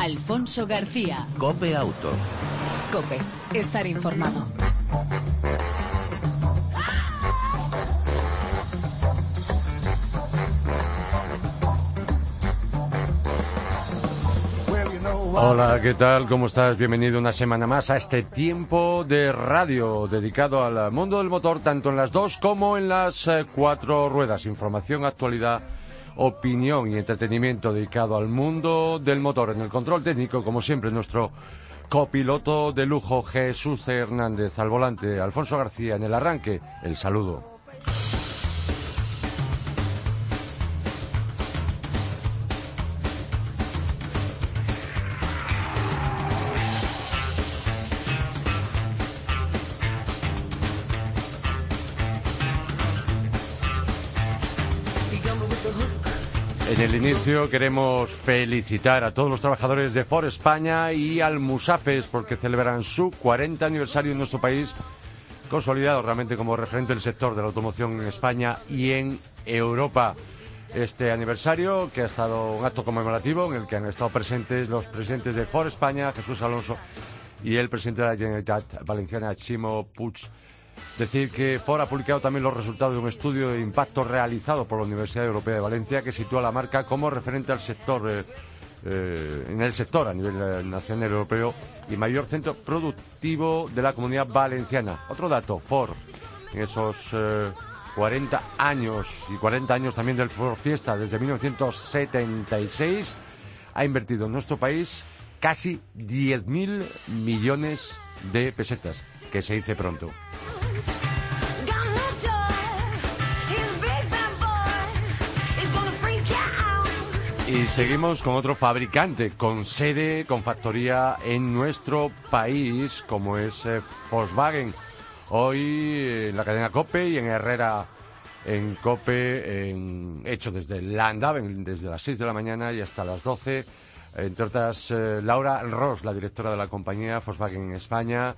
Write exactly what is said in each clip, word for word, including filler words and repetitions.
Alfonso García. COPE Auto. COPE. Estar informado. Hola, ¿qué tal? ¿Cómo estás? Bienvenido una semana más a este tiempo de radio dedicado al mundo del motor, tanto en las dos como en las eh, cuatro ruedas. Información, actualidad, opinión y entretenimiento dedicado al mundo del motor. En el control técnico, como siempre, nuestro copiloto de lujo, Jesús Hernández. Al volante, Alfonso García. En el arranque, el saludo. En el inicio queremos felicitar a todos los trabajadores de Ford España y al Musafes porque celebran su cuarenta aniversario en nuestro país, consolidado realmente como referente del sector de la automoción en España y en Europa. Este aniversario, que ha estado un acto conmemorativo en el que han estado presentes los presidentes de Ford España, Jesús Alonso, y el presidente de la Generalitat Valenciana, Ximo Puig. Decir que Ford ha publicado también los resultados de un estudio de impacto realizado por la Universidad Europea de Valencia que sitúa la marca como referente al sector, eh, eh, en el sector a nivel eh, nacional europeo y mayor centro productivo de la Comunidad Valenciana. Otro dato, Ford, en esos eh, cuarenta años y cuarenta años también del Ford Fiesta, desde mil novecientos setenta y seis, ha invertido en nuestro país casi diez mil millones de pesetas, que se dice pronto. Y seguimos con otro fabricante con sede, con factoría en nuestro país, como es eh, Volkswagen. Hoy en la cadena COPE y en Herrera en COPE, en, hecho desde Landaven, desde las seis de la mañana y hasta las doce. Entre otras, eh, Laura Ros, la directora de la compañía Volkswagen en España,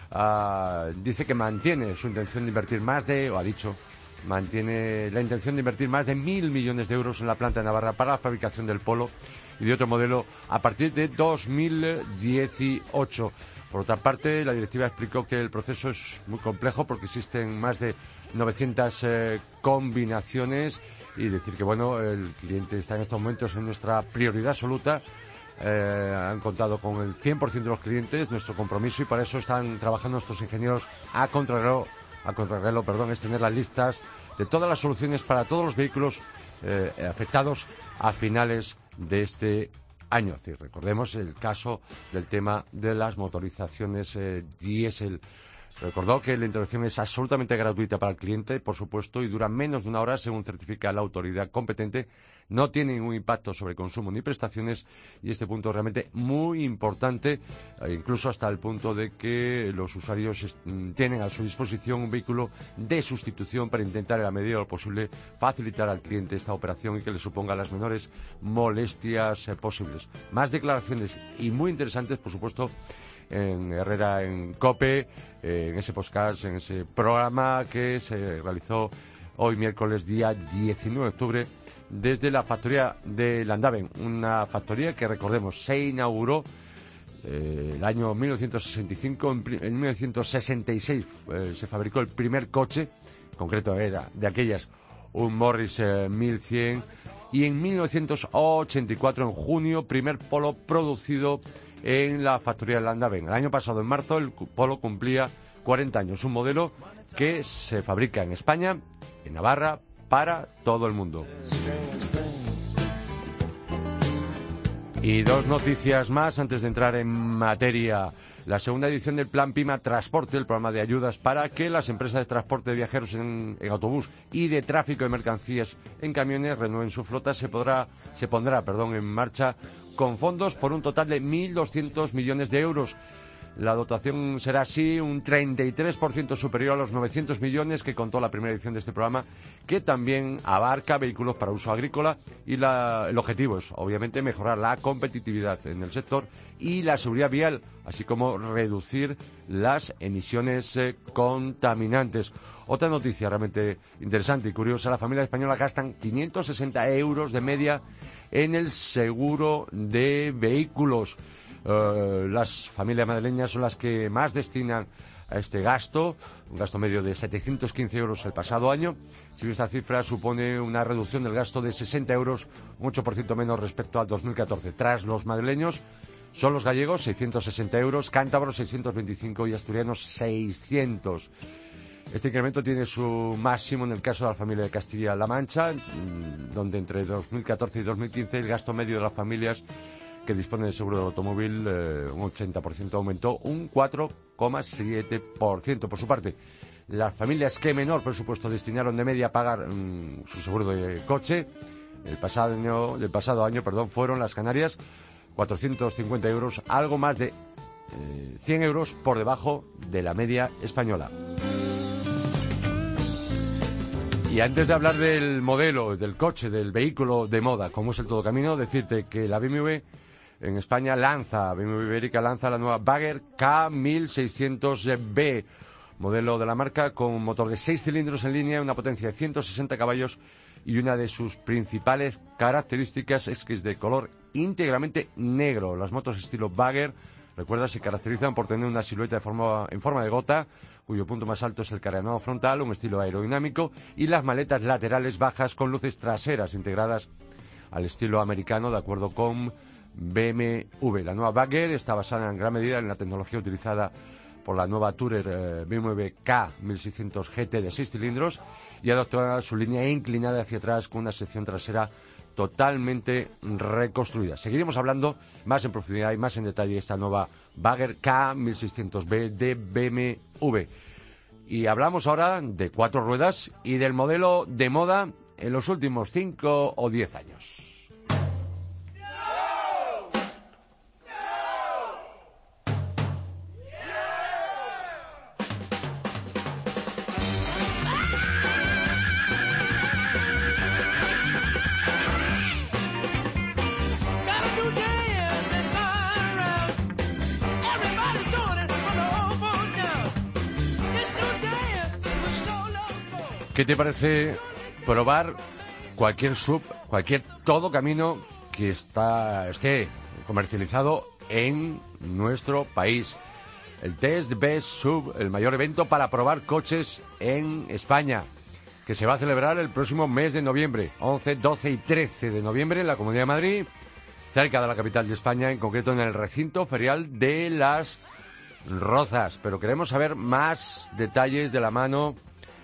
uh, dice que mantiene su intención de invertir más de, o ha dicho, mantiene la intención de invertir más de mil millones de euros en la planta de Navarra para la fabricación del Polo y de otro modelo a partir de dos mil dieciocho. Por otra parte, la directiva explicó que el proceso es muy complejo porque existen más de novecientas eh, combinaciones y decir que, bueno, el cliente está en estos momentos en nuestra prioridad absoluta. Eh, han contado con el cien por ciento de los clientes, nuestro compromiso, y para eso están trabajando nuestros ingenieros a contrarreloj, a contrarreloj, perdón, es tener las listas de todas las soluciones para todos los vehículos eh, afectados a finales de este año. Es decir, recordemos el caso del tema de las motorizaciones eh, diésel. Recordó que la intervención es absolutamente gratuita para el cliente, por supuesto, y dura menos de una hora, según certifica la autoridad competente. No tiene ningún impacto sobre consumo ni prestaciones, y este punto es realmente muy importante, eh, incluso hasta el punto de que los usuarios tienen a su disposición un vehículo de sustitución para intentar, en la medida de lo posible, facilitar al cliente esta operación y que le suponga las menores molestias eh, posibles. Más declaraciones y muy interesantes, por supuesto, en Herrera en COPE, eh, en ese podcast, en ese programa que se realizó hoy miércoles día diecinueve de octubre desde la factoría de Landaven, una factoría que, recordemos, se inauguró eh, el año mil novecientos sesenta y cinco. En, en mil novecientos sesenta y seis eh, se fabricó el primer coche, en concreto era de aquellas un Morris eh, mil cien, y en mil novecientos ochenta y cuatro, en junio, primer Polo producido en la factoría de Landaven. El año pasado, en marzo, el Polo cumplía cuarenta años, un modelo que se fabrica en España, en Navarra, para todo el mundo. Y dos noticias más antes de entrar en materia. La segunda edición del Plan PIMA Transporte, el programa de ayudas para que las empresas de transporte de viajeros en, en autobús y de tráfico de mercancías en camiones renueven su flota, se podrá, se pondrá, perdón, en marcha con fondos por un total de mil doscientos millones de euros. La dotación será así un treinta y tres por ciento superior a los novecientos millones que contó la primera edición de este programa, que también abarca vehículos para uso agrícola y la, el objetivo es, obviamente, mejorar la competitividad en el sector y la seguridad vial, así como reducir las emisiones eh, contaminantes. Otra noticia realmente interesante y curiosa, la familia española gastan quinientos sesenta euros de media en el seguro de vehículos. Uh, las familias madrileñas son las que más destinan a este gasto, un gasto medio de setecientos quince euros el pasado año. Si esta cifra supone una reducción del gasto de sesenta euros, un ocho por ciento menos respecto al dos mil catorce. Tras los madrileños, son los gallegos, seiscientos sesenta euros, cántabros, seiscientos veinticinco y asturianos, seiscientos. Este incremento tiene su máximo en el caso de la familia de Castilla-La Mancha, donde entre dos mil catorce y dos mil quince el gasto medio de las familias que dispone de seguro del automóvil, eh, un ochenta por ciento aumentó, un cuatro coma siete por ciento. Por su parte, las familias que menor presupuesto destinaron de media a pagar mmm, su seguro de coche, el pasado año, del pasado año, perdón, fueron las Canarias, cuatrocientos cincuenta euros, algo más de eh, cien euros por debajo de la media española. Y antes de hablar del modelo, del coche, del vehículo de moda, como es el Todocamino, decirte que la B M W en España lanza, B M W Ibérica lanza la nueva Bagger K mil seiscientos B, modelo de la marca con motor de seis cilindros en línea, una potencia de ciento sesenta caballos y una de sus principales características es que es de color íntegramente negro. Las motos estilo Bagger, recuerda, se caracterizan por tener una silueta de forma, en forma de gota, cuyo punto más alto es el carenado frontal, un estilo aerodinámico, y las maletas laterales bajas con luces traseras integradas al estilo americano, de acuerdo con B M W. La nueva Bagger está basada en gran medida en la tecnología utilizada por la nueva Tourer eh, B M W K mil seiscientos G T de seis cilindros y adopta su línea inclinada hacia atrás con una sección trasera totalmente reconstruida. Seguiremos hablando más en profundidad y más en detalle de esta nueva Bagger K mil seiscientos B de B M W. Y hablamos ahora de cuatro ruedas y del modelo de moda en los últimos cinco o diez años. ¿Qué te parece probar cualquier sub, cualquier todo camino que está, esté comercializado en nuestro país? El Test Best Sub, el mayor evento para probar coches en España, que se va a celebrar el próximo mes de noviembre, once, doce y trece de noviembre en la Comunidad de Madrid, cerca de la capital de España, en concreto en el recinto ferial de Las Rozas. Pero queremos saber más detalles de la mano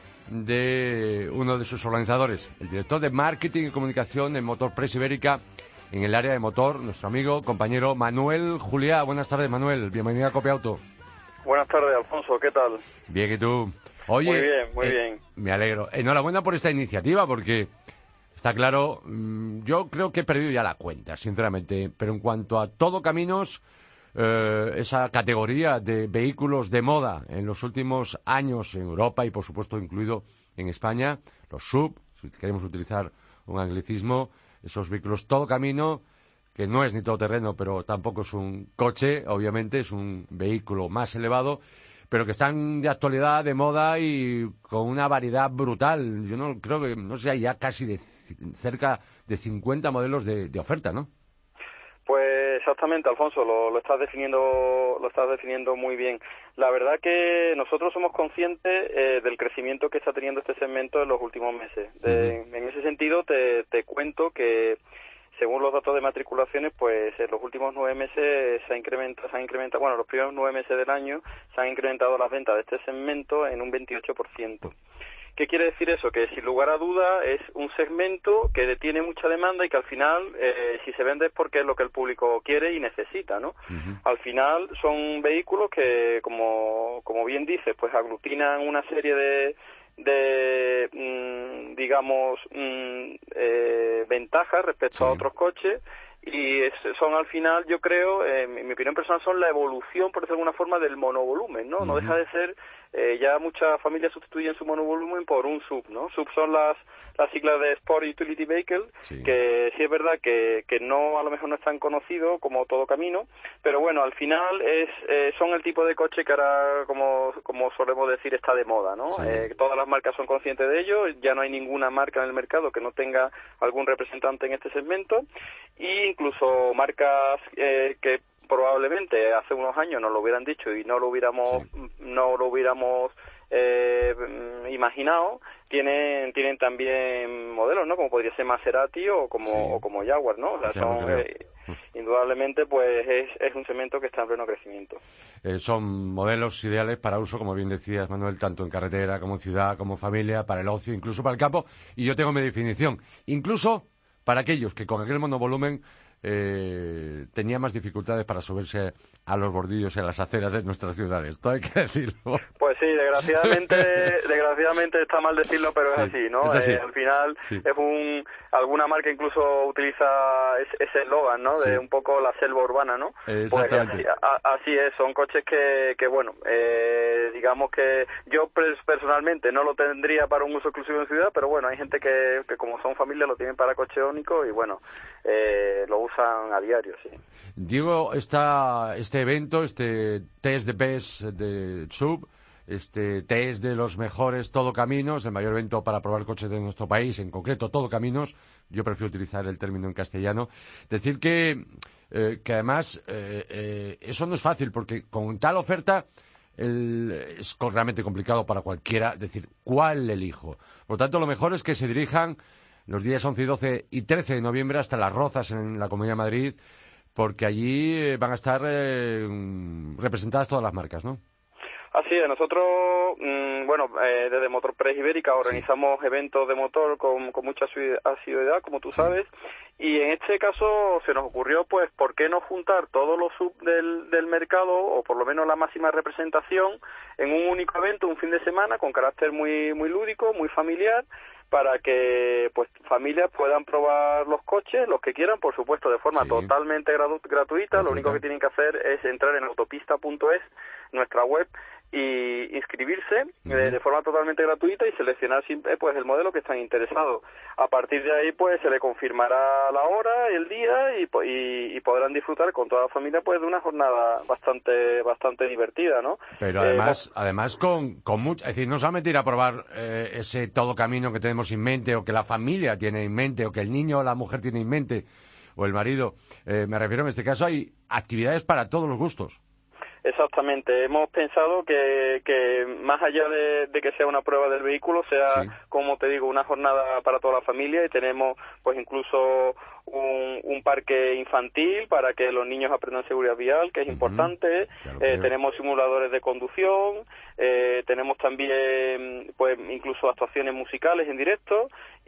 de uno de sus organizadores, el director de Marketing y Comunicación de Motor Press Ibérica en el área de motor, nuestro amigo, compañero Manuel Juliá. Buenas tardes, Manuel. Bienvenido a Copia Auto. Buenas tardes, Alfonso. ¿Qué tal? Bien, ¿y tú? Oye, muy bien, muy eh, bien. Me alegro. Enhorabuena por esta iniciativa, porque está claro, mmm, yo creo que he perdido ya la cuenta, sinceramente, pero en cuanto a todo caminos, Eh, esa categoría de vehículos de moda en los últimos años en Europa y por supuesto incluido en España, los sub, si queremos utilizar un anglicismo, esos vehículos todo camino, que no es ni todoterreno, pero tampoco es un coche, obviamente, es un vehículo más elevado, pero que están de actualidad, de moda y con una variedad brutal. Yo no creo que, no sé, hay ya casi de cerca de cincuenta modelos de, de oferta, ¿no? Pues exactamente, Alfonso, lo, lo estás definiendo, lo estás definiendo muy bien. La verdad que nosotros somos conscientes eh, del crecimiento que está teniendo este segmento en los últimos meses. De, uh-huh. En ese sentido, te, te cuento que según los datos de matriculaciones, pues en los últimos nueve meses se ha incrementado, se han incrementado, bueno, los primeros nueve meses del año se han incrementado las ventas de este segmento en un veintiocho por ciento. ¿Qué quiere decir eso? Que sin lugar a duda es un segmento que tiene mucha demanda y que al final, eh, si se vende es porque es lo que el público quiere y necesita, ¿no? Uh-huh. Al final son vehículos que, como, como bien dices, pues aglutinan una serie de, de mmm, digamos, mmm, eh, ventajas respecto sí. a otros coches y es, son al final, yo creo, eh, en mi opinión personal, son la evolución, por decirlo de alguna forma, del monovolumen, ¿no? No Uh-huh. deja de ser, eh, ya muchas familias sustituyen su monovolumen por un sub, ¿no? Sub son las las siglas de Sport Utility Vehicle, sí. que sí es verdad que, que no, a lo mejor no es tan conocido como Todo Camino, pero bueno, al final es eh, son el tipo de coche que ahora, como, como solemos decir, está de moda, ¿no? Sí. Eh, todas las marcas son conscientes de ello, ya no hay ninguna marca en el mercado que no tenga algún representante en este segmento, e incluso marcas eh, que probablemente hace unos años nos lo hubieran dicho y no lo hubiéramos sí. no lo hubiéramos eh, imaginado, tienen tienen también modelos, ¿no? Como podría ser Maserati o como Sí. o como Jaguar, ¿no? O sea, Ya lo son creo. eh, indudablemente pues es, es un segmento que está en pleno crecimiento. Eh, son modelos ideales para uso, como bien decías, Manuel, tanto en carretera como en ciudad, como familia, para el ocio, incluso para el campo. Y yo tengo mi definición, incluso para aquellos que con aquel monovolumen eh, tenían más dificultades para subirse a los bordillos y a las aceras de nuestras ciudades. Todo hay que decirlo. Pues sí, desgraciadamente, desgraciadamente está mal decirlo, pero Sí, es así, ¿no? es así. Eh, al final Sí. es un, alguna marca incluso utiliza ese, ese eslogan, ¿no? Sí. De un poco la selva urbana, ¿no? Eh, Pues exactamente. así, a, así es, son coches que, que bueno, eh, digamos que yo personalmente no lo tendría para un uso exclusivo en ciudad, pero bueno, hay gente que, que como son familias lo tienen para coche único y bueno, eh, lo usan a diario, sí. Diego, esta, este evento, este test de best de Sub, este test de los mejores Todo Caminos, el mayor evento para probar coches de nuestro país, en concreto Todo Caminos, yo prefiero utilizar el término en castellano, decir que, eh, que además eh, eh, eso no es fácil, porque con tal oferta el, es realmente complicado para cualquiera decir cuál elijo. Por lo tanto, lo mejor es que se dirijan los días once y doce y trece de noviembre hasta Las Rozas, en la Comunidad de Madrid, porque allí eh, van a estar eh, representadas todas las marcas, ¿no? Así es, nosotros, mmm, bueno, eh, desde Motorpress Ibérica organizamos sí. eventos de motor con, con mucha asiduidad, como tú sí. sabes, y en este caso se nos ocurrió, pues, ¿por qué no juntar todos los sub del, del mercado, o por lo menos la máxima representación, en un único evento, un fin de semana, con carácter muy, muy lúdico, muy familiar, para que pues familias puedan probar los coches, los que quieran, por supuesto, de forma sí. totalmente gratu gratuita. gratuita. Lo único que tienen que hacer es entrar en autopista punto es, nuestra web, y inscribirse uh-huh. eh, de forma totalmente gratuita y seleccionar siempre pues el modelo que están interesados. A partir de ahí pues se le confirmará la hora, el día y, y, y podrán disfrutar con toda la familia pues de una jornada bastante bastante divertida, ¿no? Pero además eh, además con, con mucho, es decir, no solamente ir a probar eh, ese todo camino que tenemos en mente o que la familia tiene en mente o que el niño o la mujer tiene en mente o el marido, eh, me refiero en este caso hay actividades para todos los gustos. Exactamente, hemos pensado que, que más allá de, de que sea una prueba del vehículo, sea, sí. como te digo, una jornada para toda la familia y tenemos pues incluso un, un parque infantil para que los niños aprendan seguridad vial, que es uh-huh. importante, eh, tenemos simuladores de conducción, eh, tenemos también pues incluso actuaciones musicales en directo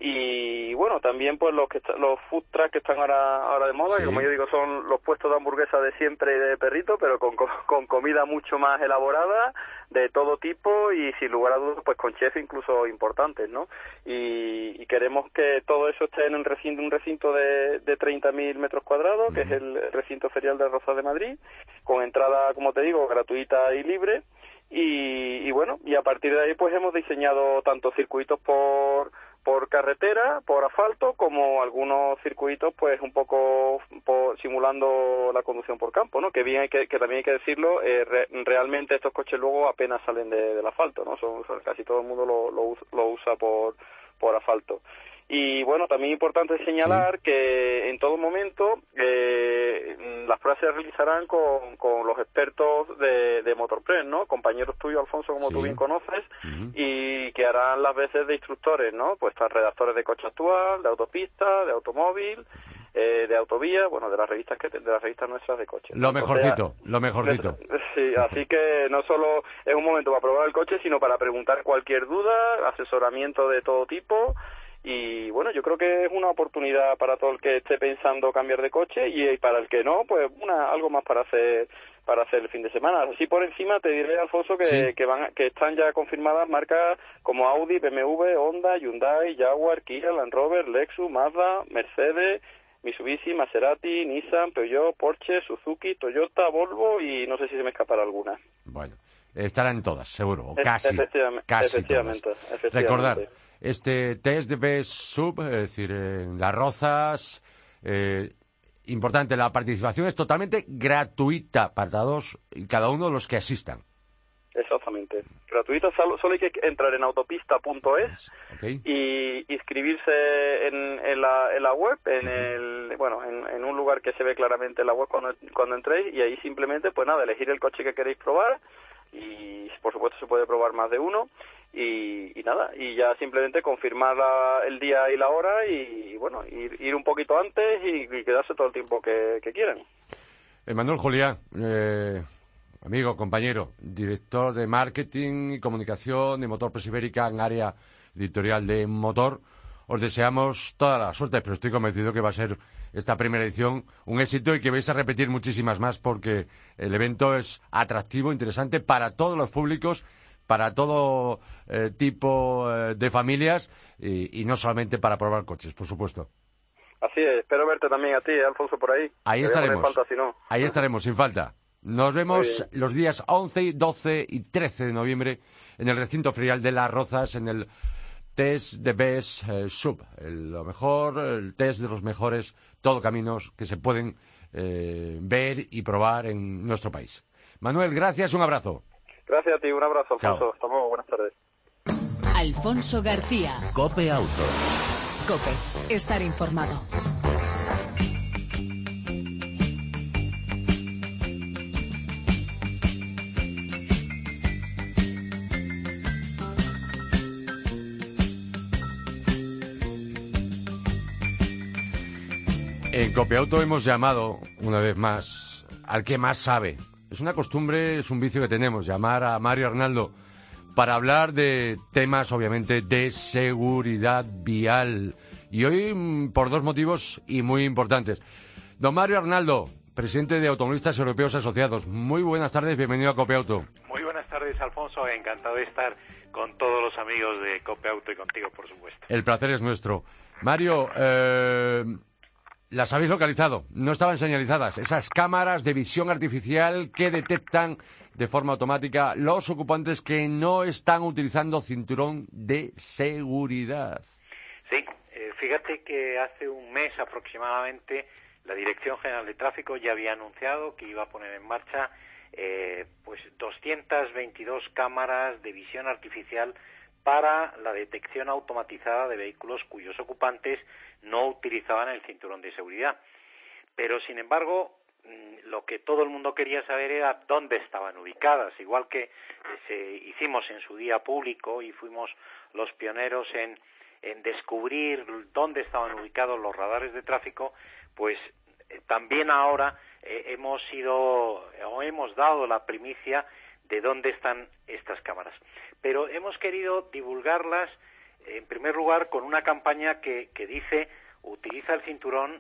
y bueno, también pues los que los food trucks que están ahora, ahora de moda, sí. que como yo digo son los puestos de hamburguesa de siempre y de perrito, pero con, con, con comida mucho más elaborada, de todo tipo y sin lugar a dudas pues con chefs incluso importantes, ¿no? Y, y queremos que todo eso esté en un recinto, un recinto de, de treinta mil metros cuadrados, uh-huh. que es el recinto ferial de Rozas de Madrid, con entrada, como te digo, gratuita y libre. Y, y bueno, y a partir de ahí pues hemos diseñado tanto circuitos por por carretera, por asfalto, como algunos circuitos pues un poco por, simulando la conducción por campo, ¿no? Que bien hay que, que también hay que decirlo, eh, re, realmente estos coches luego apenas salen de, del asfalto, ¿no? Son, son, casi todo el mundo lo, lo, lo usa por por asfalto. Y bueno, también es importante señalar sí. que en todo momento eh, las pruebas se realizarán con, con los expertos de, de Motorpress, ¿no? Compañeros tuyos, Alfonso, como sí. tú bien conoces, uh-huh. y que harán las veces de instructores, ¿no? Pues están redactores de coche actual, de autopista, de automóvil, eh, de autovía, bueno, de las revistas que de las revistas nuestras de coche. Lo mejorcito, o sea, lo mejorcito. Sí, así que no solo es un momento para probar el coche, sino para preguntar cualquier duda, asesoramiento de todo tipo. Y bueno, yo creo que es una oportunidad para todo el que esté pensando cambiar de coche y para el que no, pues una algo más para hacer para hacer el fin de semana. Así por encima te diré, Alfonso, que, sí. que van que están ya confirmadas marcas como Audi, B M W, Honda, Hyundai, Jaguar, Kia, Land Rover, Lexus, Mazda, Mercedes, Mitsubishi, Maserati, Nissan, Peugeot, Porsche, Suzuki, Toyota, Volvo y no sé si se me escapará alguna. Bueno, estarán todas, seguro, o E- casi, efectivamente, casi efectivamente, todas. efectivamente. Recordar, este test de Best Sub, es decir, en Las Rozas, eh, importante, la participación es totalmente gratuita para todos y cada uno de los que asistan. Exactamente. Gratuita, solo, solo hay que entrar en autopista punto es ¿Okay? y inscribirse en, en, la, en la web, en el bueno, en, en un lugar que se ve claramente en la web cuando, cuando entréis, y ahí simplemente, pues nada, elegir el coche que queréis probar, y por supuesto se puede probar más de uno, y, y nada, y ya simplemente confirmar la, el día y la hora, y bueno, ir, ir un poquito antes y, y quedarse todo el tiempo que, que quieran. Emanuel Julián, eh, amigo, compañero, director de marketing y comunicación de Motor Press Ibérica en área editorial de Motor. Os deseamos toda la suerte, pero estoy convencido que va a ser esta primera edición un éxito y que vais a repetir muchísimas más porque el evento es atractivo, interesante para todos los públicos, para todo eh, tipo eh, de familias y, y no solamente para probar coches, por supuesto. Así es, espero verte también a ti, Alfonso, por ahí. Ahí Te voy a poner estaremos. falta, si no. Ahí estaremos, sin falta. Nos vemos los días once, doce y trece de noviembre en el recinto ferial de Las Rozas, en el test de Best eh, Sub, el, lo mejor, el test de los mejores todo caminos que se pueden eh, ver y probar en nuestro país. Manuel, gracias, un abrazo. Gracias a ti, un abrazo, Alfonso. Chao. Hasta luego, buenas tardes. Alfonso García. Cope Auto. Cope, estar informado. En Copiauto hemos llamado, una vez más, al que más sabe. Es una costumbre, es un vicio que tenemos, llamar a Mario Arnaldo para hablar de temas, obviamente, de seguridad vial. Y hoy mm, por dos motivos y muy importantes. Don Mario Arnaldo, presidente de Automovilistas Europeos Asociados. Muy buenas tardes, bienvenido a Copiauto. Muy buenas tardes, Alfonso. Encantado de estar con todos los amigos de Copiauto y contigo, por supuesto. El placer es nuestro. Mario, eh... las habéis localizado, no estaban señalizadas. Esas cámaras de visión artificial que detectan de forma automática los ocupantes que no están utilizando cinturón de seguridad. Sí, eh, fíjate que hace un mes aproximadamente la Dirección General de Tráfico ya había anunciado que iba a poner en marcha eh, pues doscientas veintidós cámaras de visión artificial para la detección automatizada de vehículos cuyos ocupantes no utilizaban el cinturón de seguridad. Pero, sin embargo, lo que todo el mundo quería saber era dónde estaban ubicadas. Igual que se hicimos en su día público y fuimos los pioneros en, en descubrir dónde estaban ubicados los radares de tráfico, pues eh, también ahora eh, hemos sido o hemos dado la primicia de dónde están estas cámaras. Pero hemos querido divulgarlas, en primer lugar, con una campaña que, que dice, utiliza el cinturón,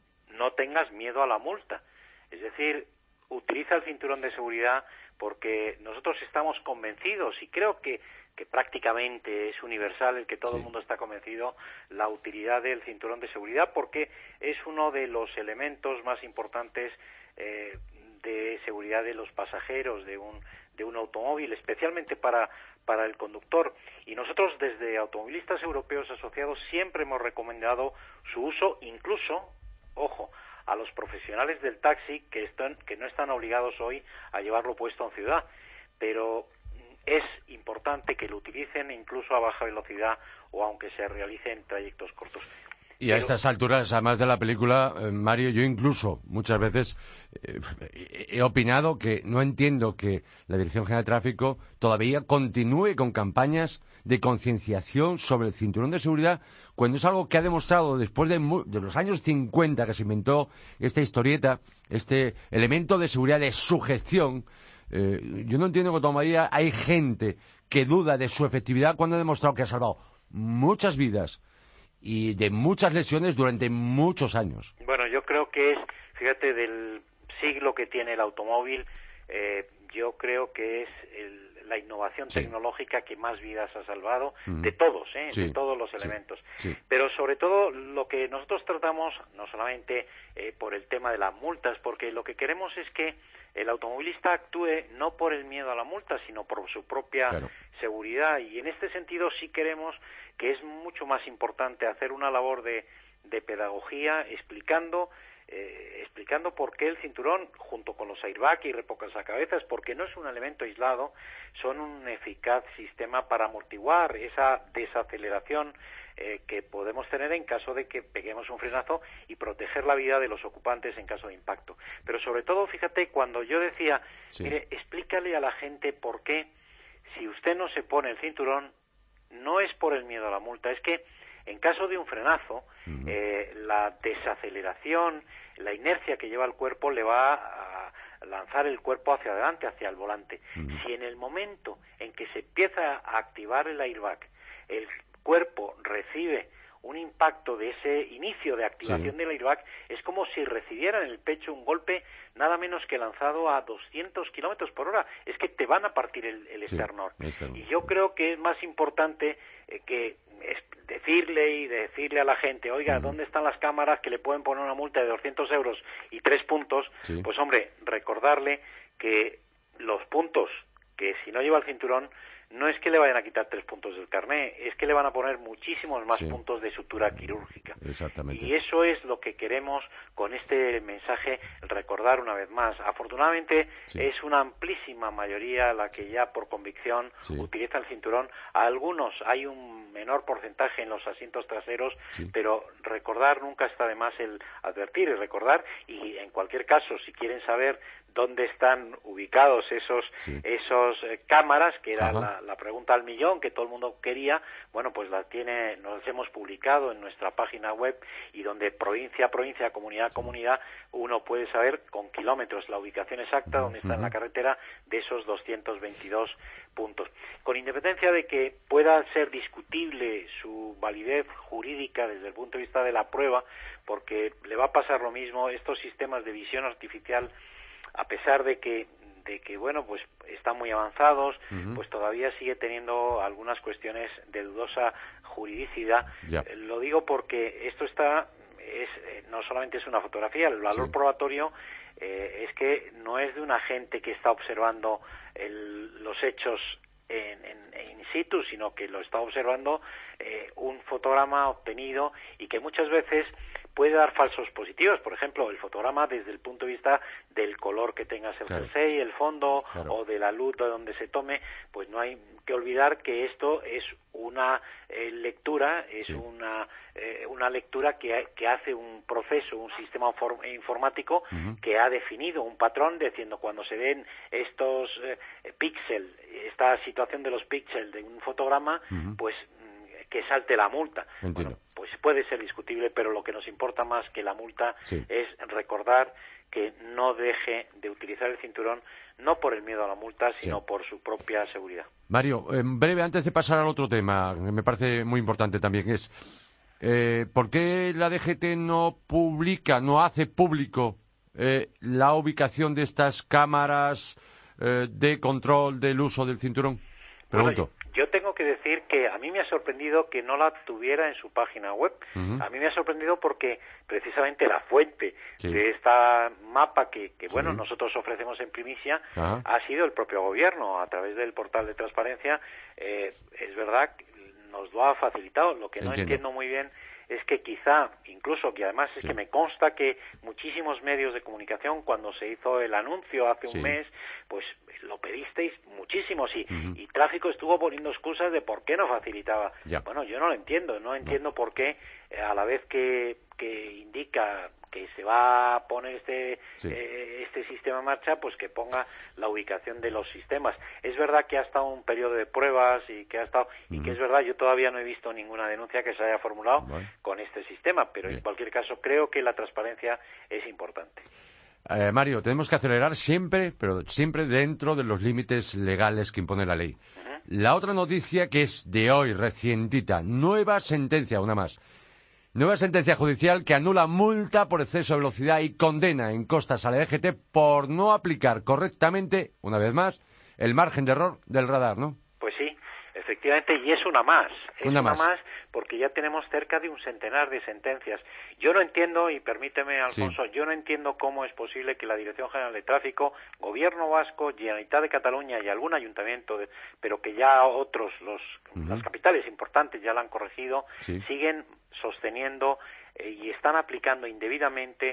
no tengas miedo a la multa. Es decir, utiliza el cinturón de seguridad porque nosotros estamos convencidos, y creo que, que prácticamente es universal el que todo sí. el mundo está convencido, la utilidad del cinturón de seguridad, porque es uno de los elementos más importantes eh, de seguridad de los pasajeros de un de un automóvil, especialmente para para el conductor. Y nosotros desde Automovilistas Europeos Asociados siempre hemos recomendado su uso, incluso, ojo, a los profesionales del taxi que están que no están obligados hoy a llevarlo puesto en ciudad, pero es importante que lo utilicen incluso a baja velocidad o aunque se realicen trayectos cortos. Y a Pero... estas alturas, además de la película, eh, Mario, yo incluso muchas veces eh, he opinado que no entiendo que la Dirección General de Tráfico todavía continúe con campañas de concienciación sobre el cinturón de seguridad, cuando es algo que ha demostrado después de, de los años cincuenta que se inventó esta historieta, este elemento de seguridad de sujeción. Eh, yo no entiendo que todavía hay gente que duda de su efectividad cuando ha demostrado que ha salvado muchas vidas y de muchas lesiones durante muchos años. Bueno, yo creo que es, fíjate, del siglo que tiene el automóvil, eh, yo creo que es el, la innovación sí. tecnológica que más vidas ha salvado, mm. de todos, ¿eh? sí. de todos los sí. elementos. Sí. Pero sobre todo lo que nosotros tratamos, no solamente eh, por el tema de las multas, porque lo que queremos es que el automovilista actúe no por el miedo a la multa, sino por su propia claro. seguridad. Y en este sentido sí queremos que es mucho más importante hacer una labor de, de pedagogía explicando eh, explicando por qué el cinturón, junto con los airbags y reposacabezas, porque no es un elemento aislado, son un eficaz sistema para amortiguar esa desaceleración eh, que podemos tener en caso de que peguemos un frenazo y proteger la vida de los ocupantes en caso de impacto. Pero sobre todo, fíjate, cuando yo decía, sí. mire, explícale a la gente por qué, si usted no se pone el cinturón, no es por el miedo a la multa, es que en caso de un frenazo, uh-huh. eh, la desaceleración, la inercia que lleva el cuerpo le va a lanzar el cuerpo hacia adelante, hacia el volante. Uh-huh. Si en el momento en que se empieza a activar el airbag, el cuerpo recibe un impacto de ese inicio de activación sí. del airbag, es como si recibiera en el pecho un golpe nada menos que lanzado a doscientos kilómetros por hora. Es que te van a partir el, el sí, esternón. Y yo creo que es más importante eh, que es decirle y decirle a la gente, oiga, uh-huh. ¿dónde están las cámaras que le pueden poner una multa de doscientos euros y tres puntos? Sí. Pues hombre, recordarle que los puntos, que si no lleva el cinturón, no es que le vayan a quitar tres puntos del carné, es que le van a poner muchísimos más sí. puntos de sutura quirúrgica. Exactamente. Y eso es lo que queremos con este mensaje recordar una vez más. Afortunadamente sí. es una amplísima mayoría la que ya por convicción sí. utiliza el cinturón. A algunos hay un menor porcentaje en los asientos traseros, sí. pero recordar nunca está de más el advertir y recordar, y en cualquier caso, si quieren saber dónde están ubicados esos sí. esos eh, cámaras, que era la, la pregunta al millón que todo el mundo quería, bueno, pues la tiene, nos hemos publicado en nuestra página web, y donde provincia a provincia, comunidad a comunidad, uno puede saber con kilómetros la ubicación exacta donde está uh-huh. en la carretera de esos doscientos veintidós puntos. Con independencia de que pueda ser discutible su validez jurídica desde el punto de vista de la prueba, porque le va a pasar lo mismo, estos sistemas de visión artificial, a pesar de que de que bueno pues están muy avanzados, uh-huh. pues todavía sigue teniendo algunas cuestiones de dudosa juridicidad. Yeah. Eh, lo digo porque esto está es eh, no solamente es una fotografía, el valor sí. probatorio eh, es que no es de un agente que está observando el, los hechos en, en, in situ, sino que lo está observando eh, un fotograma obtenido, y que muchas veces puede dar falsos positivos. Por ejemplo, el fotograma desde el punto de vista del color que tengas el claro. jersey, el fondo, claro. o de la luz de donde se tome, pues no hay que olvidar que esto es una eh, lectura, es sí. una eh, una lectura que, que hace un proceso, un sistema form, informático uh-huh. que ha definido un patrón, diciendo cuando se ven estos eh, píxeles, esta situación de los píxeles de un fotograma, uh-huh. pues que salte la multa. Bueno, pues puede ser discutible, pero lo que nos importa más que la multa sí. es recordar que no deje de utilizar el cinturón, no por el miedo a la multa, sino sí. por su propia seguridad. Mario, en breve, antes de pasar al otro tema, que me parece muy importante también, es eh, ¿por qué la D G T no publica, no hace público eh, la ubicación de estas cámaras eh, de control del uso del cinturón? Pregunto. Bueno, yo tengo que decir que a mí me ha sorprendido que no la tuviera en su página web. Uh-huh. A mí me ha sorprendido porque precisamente la fuente sí. de esta mapa que, que bueno, sí. nosotros ofrecemos en primicia uh-huh. ha sido el propio gobierno a través del portal de transparencia. Eh, es verdad que nos lo ha facilitado. Lo que no entiendo, entiendo muy bien es que quizá, incluso, que además es sí. que me consta que muchísimos medios de comunicación, cuando se hizo el anuncio hace sí. un mes, pues lo pedisteis muchísimos, y, uh-huh. y Tráfico estuvo poniendo excusas de por qué no facilitaba. Ya. Bueno, yo no lo entiendo, no entiendo no. por qué, eh, a la vez que, que indica que se va a poner este sí. eh, este sistema en marcha, pues que ponga la ubicación de los sistemas. Es verdad que ha estado un periodo de pruebas y que ha estado uh-huh. y que es verdad, yo todavía no he visto ninguna denuncia que se haya formulado vale. con este sistema, pero Bien. en cualquier caso creo que la transparencia es importante. Eh, Mario, tenemos que acelerar siempre, pero siempre dentro de los límites legales que impone la ley. Uh-huh. La otra noticia, que es de hoy, recientita, nueva sentencia, una más. Nueva sentencia judicial que anula multa por exceso de velocidad y condena en costas a la D G T por no aplicar correctamente, una vez más, el margen de error del radar, ¿no? Pues sí, efectivamente, y es una más. Es una, una más. más porque ya tenemos cerca de un centenar de sentencias. Yo no entiendo, y permíteme, Alfonso, sí. yo no entiendo cómo es posible que la Dirección General de Tráfico, Gobierno Vasco, Generalitat de Cataluña y algún ayuntamiento, de, pero que ya otros, los, uh-huh. las capitales importantes ya la han corregido, sí. siguen sosteniendo eh, y están aplicando indebidamente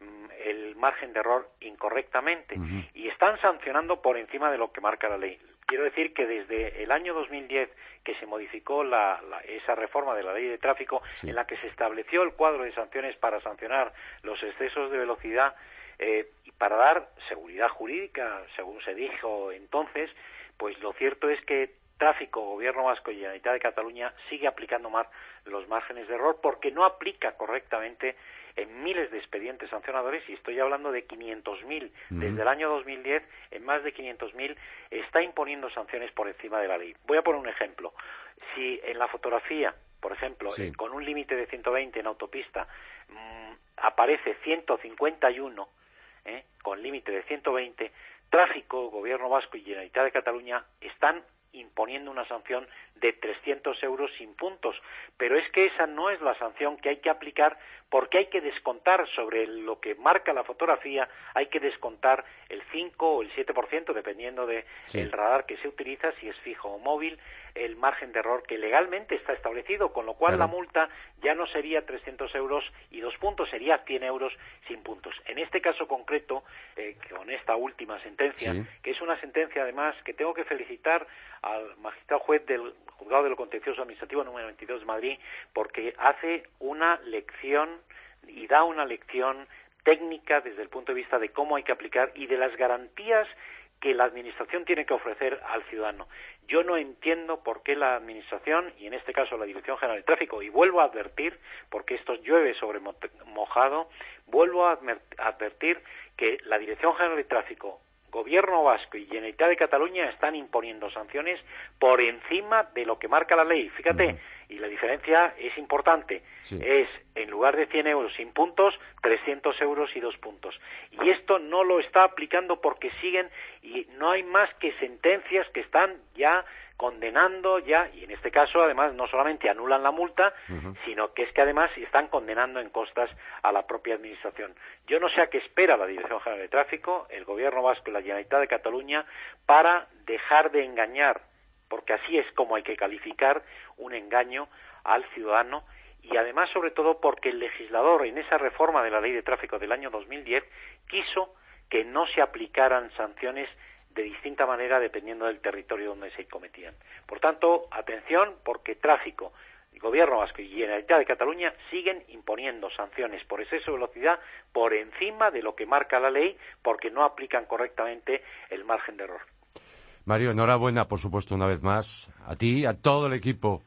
el margen de error incorrectamente uh-huh. y están sancionando por encima de lo que marca la ley. Quiero decir que desde el año dos mil diez que se modificó la, la, esa reforma de la ley de tráfico sí. en la que se estableció el cuadro de sanciones para sancionar los excesos de velocidad eh, y para dar seguridad jurídica, según se dijo entonces, pues lo cierto es que Tráfico, Gobierno Vasco y Generalitat de Cataluña sigue aplicando más los márgenes de error porque no aplica correctamente en miles de expedientes sancionadores, y estoy hablando de quinientos mil. Uh-huh. Desde el año dos mil diez, en más de quinientos mil, está imponiendo sanciones por encima de la ley. Voy a poner un ejemplo. Si en la fotografía, por ejemplo, sí. eh, con un límite de ciento veinte en autopista, mmm, aparece ciento cincuenta y uno, eh, con límite de ciento veinte, Tráfico, Gobierno Vasco y Generalitat de Cataluña están imponiendo una sanción de trescientos euros sin puntos, pero es que esa no es la sanción que hay que aplicar porque hay que descontar sobre lo que marca la fotografía, hay que descontar el cinco o el siete por ciento dependiendo de sí. el radar que se utiliza, si es fijo o móvil, el margen de error que legalmente está establecido, con lo cual claro. la multa ya no sería trescientos euros y dos puntos, sería cien euros sin puntos. En este caso concreto, eh, con esta última sentencia, sí. que es una sentencia además que tengo que felicitar al magistrado juez del Juzgado de lo Contencioso Administrativo número veintidós de Madrid, porque hace una lección y da una lección técnica desde el punto de vista de cómo hay que aplicar y de las garantías que la Administración tiene que ofrecer al ciudadano. Yo no entiendo por qué la Administración, y en este caso la Dirección General de Tráfico, y vuelvo a advertir, porque esto llueve sobre mojado, vuelvo a advertir que la Dirección General de Tráfico, Gobierno Vasco y Generalitat de Cataluña están imponiendo sanciones por encima de lo que marca la ley. Fíjate, uh-huh. y la diferencia es importante. Sí. Es, en lugar de cien euros sin puntos, trescientos euros y dos puntos. Y esto no lo está aplicando porque siguen, y no hay más que sentencias que están ya condenando ya, y en este caso además no solamente anulan la multa, uh-huh. sino que es que además están condenando en costas a la propia Administración. Yo no sé a qué espera la Dirección General de Tráfico, el Gobierno Vasco y la Generalitat de Cataluña para dejar de engañar, porque así es como hay que calificar un engaño al ciudadano, y además sobre todo porque el legislador en esa reforma de la Ley de Tráfico del año dos mil diez quiso que no se aplicaran sanciones de distinta manera dependiendo del territorio donde se cometían. Por tanto, atención, porque Tráfico, Gobierno Vasco y Generalitat de Cataluña siguen imponiendo sanciones por exceso de velocidad por encima de lo que marca la ley porque no aplican correctamente el margen de error. Mario, enhorabuena, por supuesto, una vez más, a ti, a todo el equipo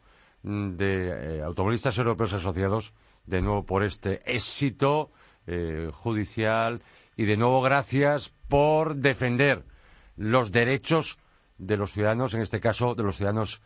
de eh, automovilistas europeos asociados, de nuevo por este éxito eh, judicial, y de nuevo gracias por defender los derechos de los ciudadanos, en este caso de los ciudadanos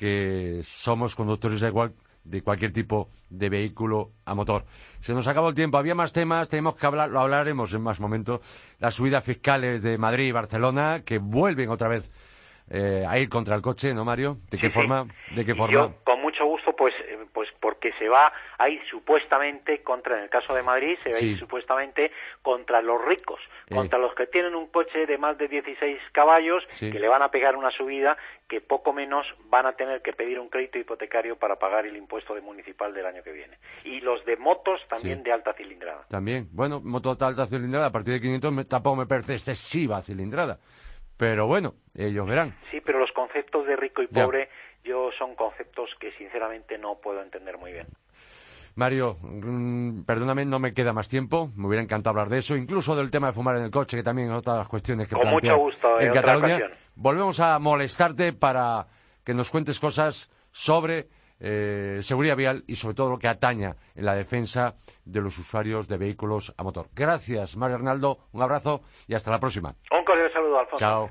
que somos conductores de, igual, de cualquier tipo de vehículo a motor. Se nos acabó el tiempo, había más temas, tenemos que hablar, lo hablaremos en más momentos. Las subidas fiscales de Madrid y Barcelona, que vuelven otra vez eh, a ir contra el coche, ¿no, Mario? ¿De qué sí, forma? Sí. ¿De qué y forma? Yo, con mucho gusto, pues, eh, pues porque se va a ir supuestamente contra, en el caso de Madrid, se va sí. a ir supuestamente contra los ricos, eh. contra los que tienen un coche de más de dieciséis caballos, sí. que le van a pegar una subida que poco menos van a tener que pedir un crédito hipotecario para pagar el impuesto de municipal del año que viene. Y los de motos también sí. de alta cilindrada. También. Bueno, moto de alta cilindrada, a partir de quinientos me, tampoco me parece excesiva cilindrada. Pero bueno, ellos verán. Sí, pero los conceptos de rico y pobre, ya. yo son conceptos que sinceramente no puedo entender muy bien. Mario, mmm, perdóname, no me queda más tiempo. Me hubiera encantado hablar de eso, incluso del tema de fumar en el coche, que también es otra de las cuestiones que Con plantea mucho gusto, en otra Cataluña. Ocasión. Volvemos a molestarte para que nos cuentes cosas sobre eh, seguridad vial y sobre todo lo que ataña en la defensa de los usuarios de vehículos a motor. Gracias, Mario Arnaldo, un abrazo y hasta la próxima. Un cordial saludo, Alfonso. Chao.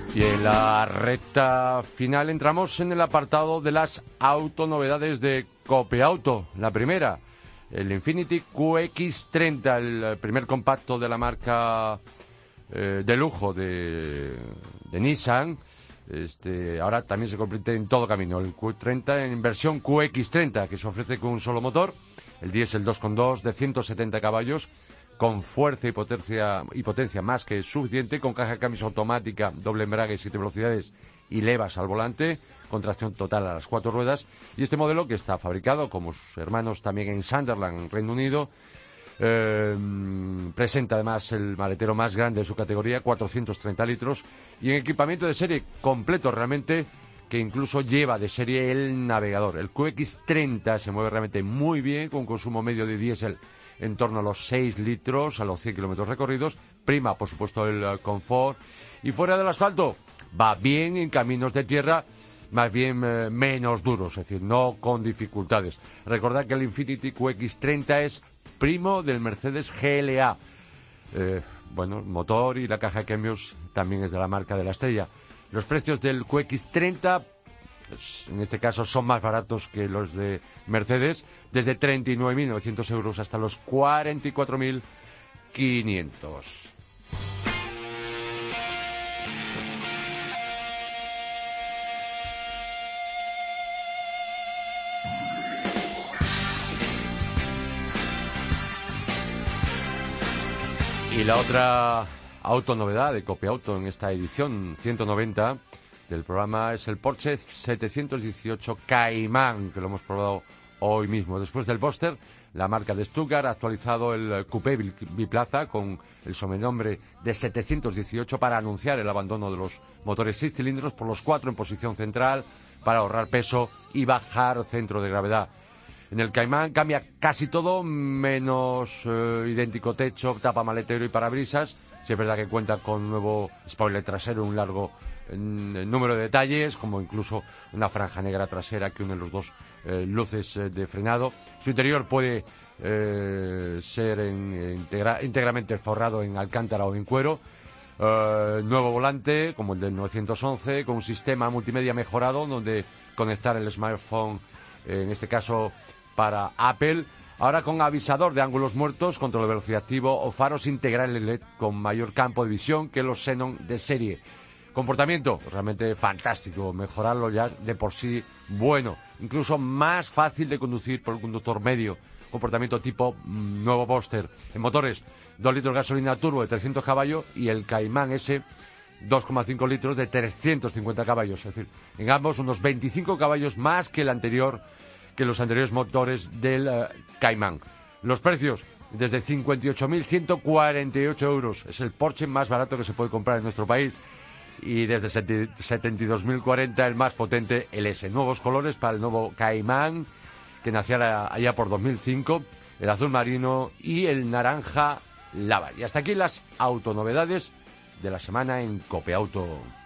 Y en la recta final entramos en el apartado de las autonovedades de Copeauto. La primera, el Infiniti Q X treinta, el primer compacto de la marca eh, de lujo de, de Nissan. Este, ahora también se convierte en todo camino. El Q treinta en versión Q X treinta, que se ofrece con un solo motor, el diésel dos coma dos de ciento setenta caballos, con fuerza y potencia, y potencia más que suficiente, con caja de cambios automática, doble embrague, siete velocidades y levas al volante, con tracción total a las cuatro ruedas. Y este modelo, que está fabricado, como sus hermanos, también en Sunderland, Reino Unido, eh, presenta además el maletero más grande de su categoría, cuatrocientos treinta litros, y en equipamiento de serie completo realmente, que incluso lleva de serie el navegador. El Q X treinta se mueve realmente muy bien, con consumo medio de diésel en torno a los seis litros a los cien kilómetros recorridos. Prima, por supuesto, el uh, confort. Y fuera del asfalto, va bien en caminos de tierra, más bien eh, menos duros, es decir, no con dificultades. Recordad que el Infiniti Q X treinta es primo del Mercedes G L A. Eh, bueno, el motor y la caja de cambios también es de la marca de la estrella. Los precios del Q X treinta, en este caso, son más baratos que los de Mercedes, desde treinta y nueve mil novecientos euros hasta los cuarenta y cuatro mil quinientos. Y la otra autonovedad de Copeauto en esta edición ciento noventa del programa es el Porsche setecientos dieciocho Cayman, que lo hemos probado hoy mismo. Después del Boxster, la marca de Stuttgart ha actualizado el Coupé biplaza con el sobrenombre de setecientos dieciocho para anunciar el abandono de los motores seis cilindros por los cuatro en posición central, para ahorrar peso y bajar centro de gravedad. En el Cayman cambia casi todo, menos eh, idéntico techo, tapa maletero y parabrisas. Sí es verdad que cuenta con un nuevo spoiler trasero, un largo en número de detalles, como incluso una franja negra trasera que une los dos eh, luces eh, de frenado. Su interior puede eh, ser en, integra, íntegramente forrado en alcántara o en cuero. Eh, nuevo volante, como el del novecientos once, con un sistema multimedia mejorado, donde conectar el smartphone, eh, en este caso para Apple. Ahora con avisador de ángulos muertos, control de velocidad activo o faros integrales L E D con mayor campo de visión que los Xenon de serie. Comportamiento realmente fantástico, mejorarlo ya de por sí bueno, incluso más fácil de conducir por el conductor medio. Comportamiento tipo mmm, nuevo Boxster. En motores, dos litros de gasolina turbo de trescientos caballos y el Cayman S, dos coma cinco litros de trescientos cincuenta caballos. Es decir, en ambos unos veinticinco caballos más que el anterior, que los anteriores motores del uh, Cayman. Los precios, desde cincuenta y ocho mil ciento cuarenta y ocho euros. Es el Porsche más barato que se puede comprar en nuestro país. Y desde setenta y dos mil cuarenta el más potente, el S. Nuevos colores para el nuevo Cayman, que nació allá por dos mil cinco, el azul marino y el naranja lava. Y hasta aquí las autonovedades de la semana en Copeauto.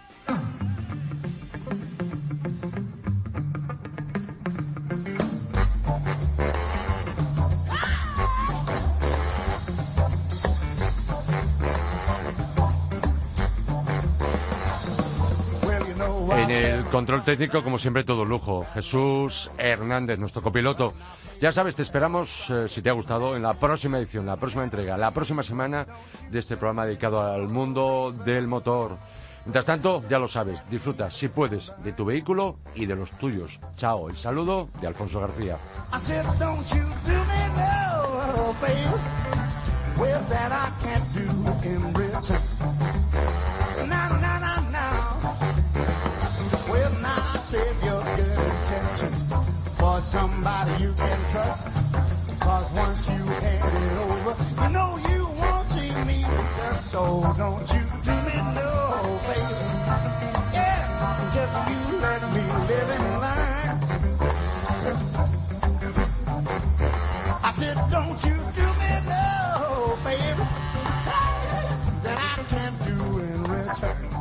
En el control técnico, como siempre, todo lujo. Jesús Hernández, nuestro copiloto. Ya sabes, te esperamos, eh, si te ha gustado, en la próxima edición, la próxima entrega, la próxima semana de este programa dedicado al mundo del motor. Mientras tanto, ya lo sabes, disfruta, si puedes, de tu vehículo y de los tuyos. Chao, el saludo de Alfonso García. Save your good intentions for somebody you can trust. Cause once you hand it over, you know you won't see me. So don't you do me no favor. Yeah, just you let me live in line. I said, don't you do me no favor that I can't do in return.